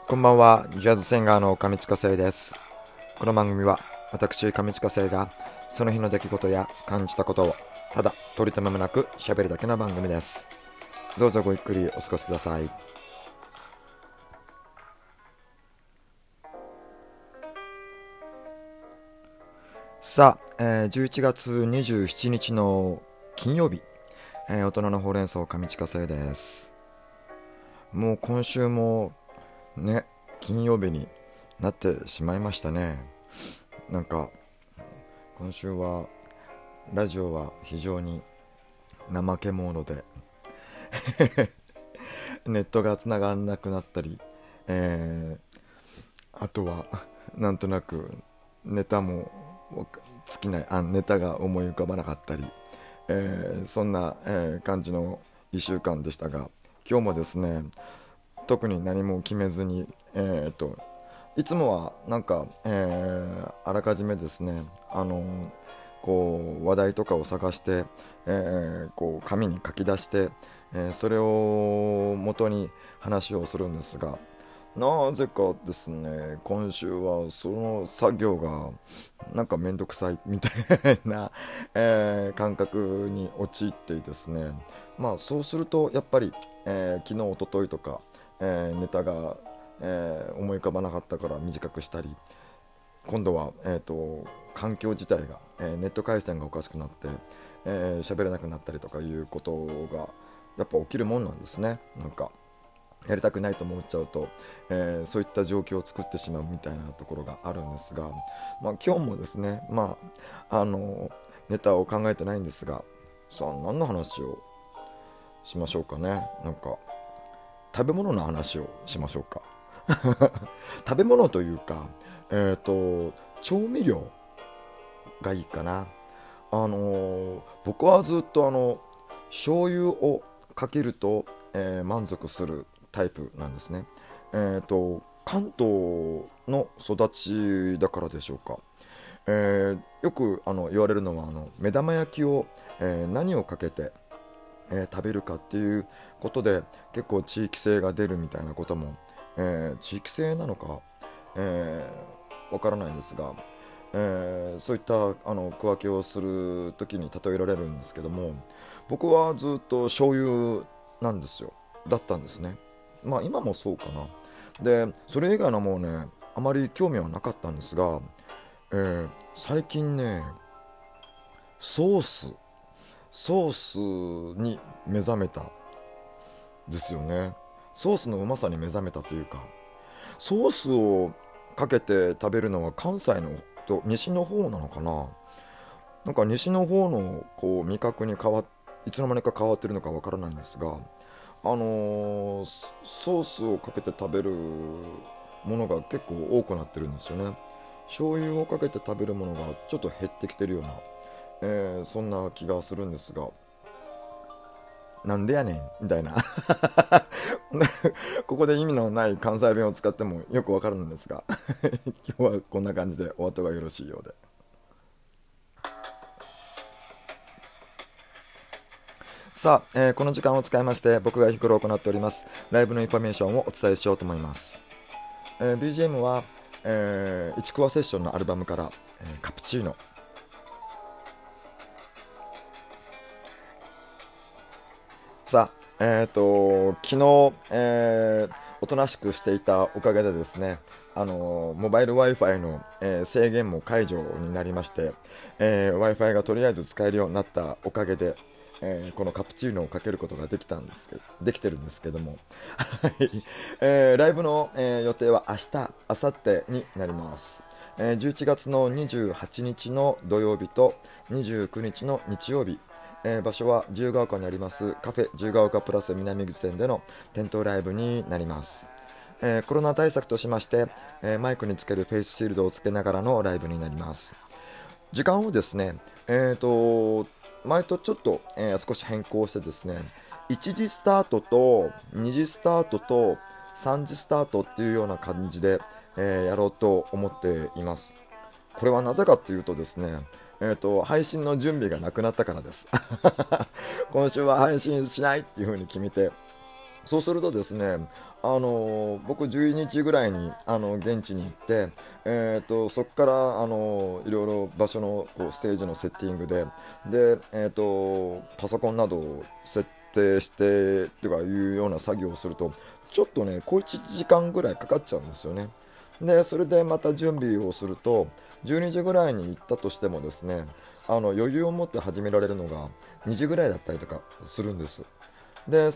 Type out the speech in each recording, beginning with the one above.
こんばんは、ジャズシンガーの上地下生です。この番組は私上地下生がその日の出来事や感じたことをただ取り留めもなく喋るだけの番組です。どうぞごゆっくりお過ごしください。さあ、11月27日の金曜日、大人のほうれん草上地下生です。もう今週もね、金曜日になってしまいましたね。なんか今週はラジオは非常に怠け者でネットが繋がらなくなったり、あとはなんとなくネタも尽きないネタが思い浮かばなかったり、そんな、感じの1週間でしたが、今日もですね特に何も決めずに、いつもはなんか、あらかじめですね、こう話題とかを探して、こう紙に書き出して、それを元に話をするんですが、なぜかですね今週はその作業がなんかめんどくさいみたいな、感覚に陥ってですね、まあそうするとやっぱり、昨日一昨日とか、ネタが、思い浮かばなかったから短くしたり、今度は、環境自体が、ネット回線がおかしくなって、喋れなくなったりとかいうことがやっぱ起きるもんなんですね。なんかやりたくないと思っちゃうと、そういった状況を作ってしまうみたいなところがあるんですが、まあ、今日もですね、ネタを考えてないんですが、さあ何の話をしましょうかね。なんか食べ物の話をしましょうか。食べ物というか、調味料がいいかな。僕はずっと醤油をかけると、満足するタイプなんですね。関東の育ちだからでしょうか。よく言われるのは目玉焼きを、何をかけて、食べるかっていうことで結構地域性が出るみたいなことも、地域性なのか、わからないんですが、そういった区分けをする時に例えられるんですけども、僕はずっと醤油なんですよ。だったんですね。まあ今もそうかな。でそれ以外のもうねあまり興味はなかったんですが、最近ねソースソースに目覚めたんですよね。ソースのうまさに目覚めたというか、ソースをかけて食べるのは関西のと西の方なのかな。なんか西の方のこう味覚にいつの間にか変わってるのかわからないんですが、ソースをかけて食べるものが結構多くなってるんですよね。醤油をかけて食べるものがちょっと減ってきてるような、そんな気がするんですが、なんでやねんみたいなここで意味のない関西弁を使ってもよくわかるんですが今日はこんな感じでお後がよろしいようで。さあ、この時間を使いまして僕が日頃行っておりますライブのインフォメーションをお伝えしようと思います。BGM は、1クワセッションのアルバムから、カプチーノ。さあ、昨日、おとなしくしていたおかげでですね、モバイル Wi-Fi の、制限も解除になりまして、Wi-Fi がとりあえず使えるようになったおかげで、このカプチーノをかけることができたんですけど、できてるんですけども、はいライブの、予定は明日、明後日になります。11月の28日の土曜日と29日の日曜日、場所は自由が丘にありますカフェ自由が丘プラス南口店での店頭ライブになります。コロナ対策としまして、マイクにつけるフェイスシールドをつけながらのライブになります。時間をですね、前とちょっと、少し変更してですね、1時スタートと2時スタートと3時スタートっていうような感じで、やろうと思っています。これはなぜかっていうとですね、配信の準備がなくなったからです今週は配信しないっていう風に決めて、 そうするとですね、僕12日ぐらいに現地に行って、そこからいろいろ場所のこうステージのセッティングで、パソコンなどを設定してとかいうような作業をすると、ちょっとね、小1時間ぐらいかかっちゃうんですよね。で、それでまた準備をすると、12時ぐらいに行ったとしてもですね、余裕を持って始められるのが2時ぐらいだったりとかするんです。で、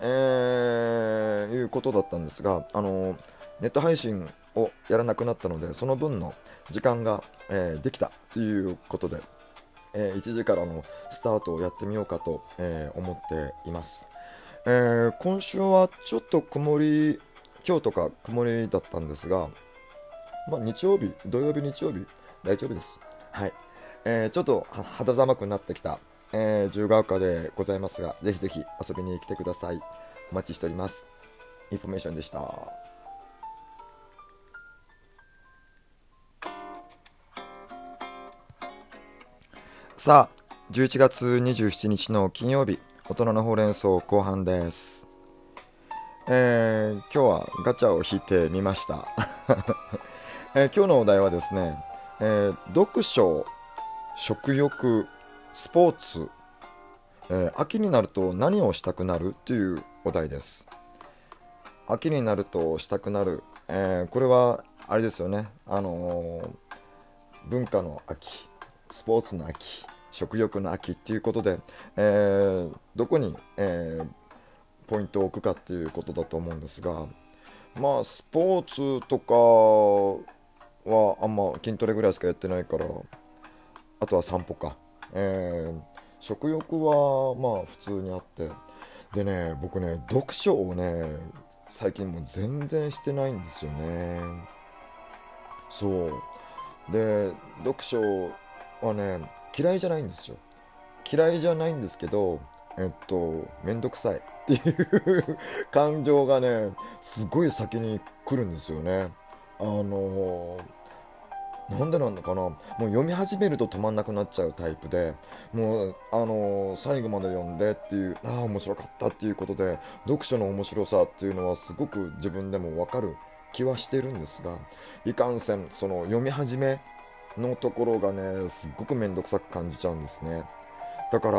いうことだったんですが、ネット配信をやらなくなったので、その分の時間が、できたということで、1時からのスタートをやってみようかと、思っています。今週はちょっと曇り、今日とか曇りだったんですが、まあ、日曜日、土曜日、日曜日、大丈夫です。はい。ちょっと肌寒くなってきた、自由が丘でございますが、ぜひぜひ遊びに来てください。お待ちしております。インフォメーションでした。さあ、11月27日の金曜日、大人のほうれん草後半です。今日はガチャを引いてみました。今日のお題はですね、読書、食欲、スポーツ、秋になると何をしたくなるというお題です。秋になるとしたくなる、これはあれですよね、文化の秋、スポーツの秋、食欲の秋っていうことで、どこに、ポイントを置くかっていうことだと思うんですが、まあスポーツとかはあんま筋トレぐらいしかやってないから、あとは散歩か、食欲はまあ普通にあって、でね、僕ね、読書をね、最近もう全然してないんですよね。そうで、読書はね、嫌いじゃないんですよ。嫌いじゃないんですけど、めんどくさいっていう感情がね、すごい先に来るんですよね。あのなんでなんだかな、もう読み始めると止まんなくなっちゃうタイプで、もう、最後まで読んでっていう、ああ、面白かったっていうことで、読書の面白さっていうのはすごく自分でもわかる気はしてるんですが、いかんせん、その読み始めのところがね、すっごくめんどくさく感じちゃうんですね。だから、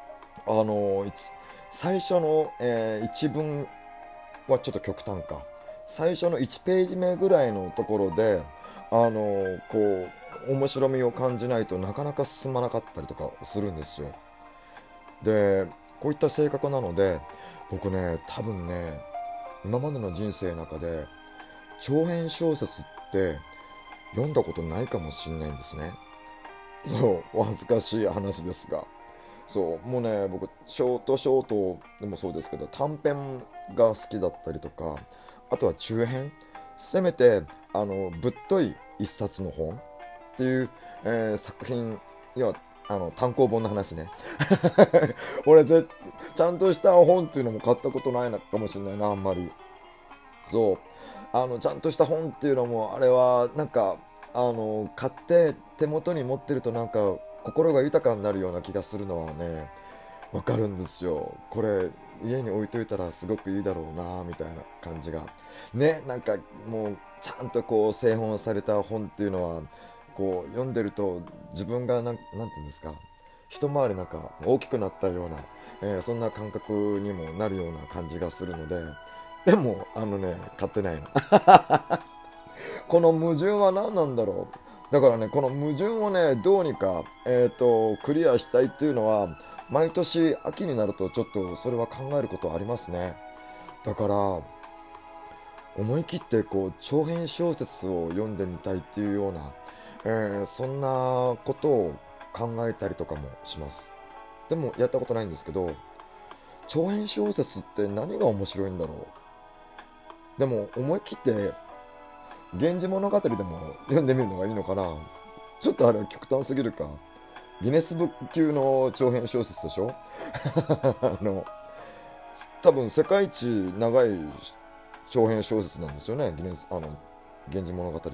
最初の、一文はちょっと極端か。最初の1ページ目ぐらいのところで、こう、面白みを感じないとなかなか進まなかったりとかするんですよ。で、こういった性格なので、僕ね、多分ね、今までの人生の中で、長編小説って読んだことないかもしんないんですね。そう、お恥ずかしい話ですが。そう、もうね、僕、ショートでもそうですけど、短編が好きだったりとか、あとは中編、せめて、ぶっとい一冊の本っていう、作品、要は、単行本の話ね。俺、ちゃんとした本っていうのも買ったことないのかもしれないな、あんまり。そう、ちゃんとした本っていうのも、あれは、なんか、買って手元に持ってるとなんか、心が豊かになるような気がするのはね、わかるんですよ。これ、家に置いといたらすごくいいだろうな、みたいな感じが。ね、なんかもう、ちゃんとこう、製本された本っていうのは、こう、読んでると自分がなんていうんですか、一回りなんか大きくなったような、そんな感覚にもなるような感じがするので、でも、買ってないの。この矛盾は何なんだろう。だからね、この矛盾をね、どうにか、クリアしたいっていうのは、毎年秋になるとちょっとそれは考えることありますね。だから、思い切ってこう、長編小説を読んでみたいっていうような、そんなことを考えたりとかもします。でも、やったことないんですけど、長編小説って何が面白いんだろう。でも、思い切って源氏物語でも読んでみるのがいいのかな。ちょっとあれは極端すぎるか。ギネスブック級の長編小説でしょ。あの多分世界一長い長編小説なんですよね、源氏物語って。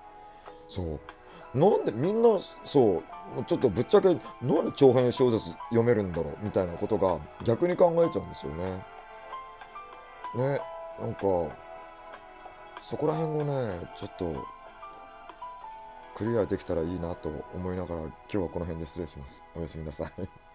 そうなんでみんな、そうちょっとぶっちゃけなんで長編小説読めるんだろうみたいなことが逆に考えちゃうんですよね。 ね、なんかそこら辺をねちょっとクリアできたらいいなと思いながら今日はこの辺で失礼します。おやすみなさい。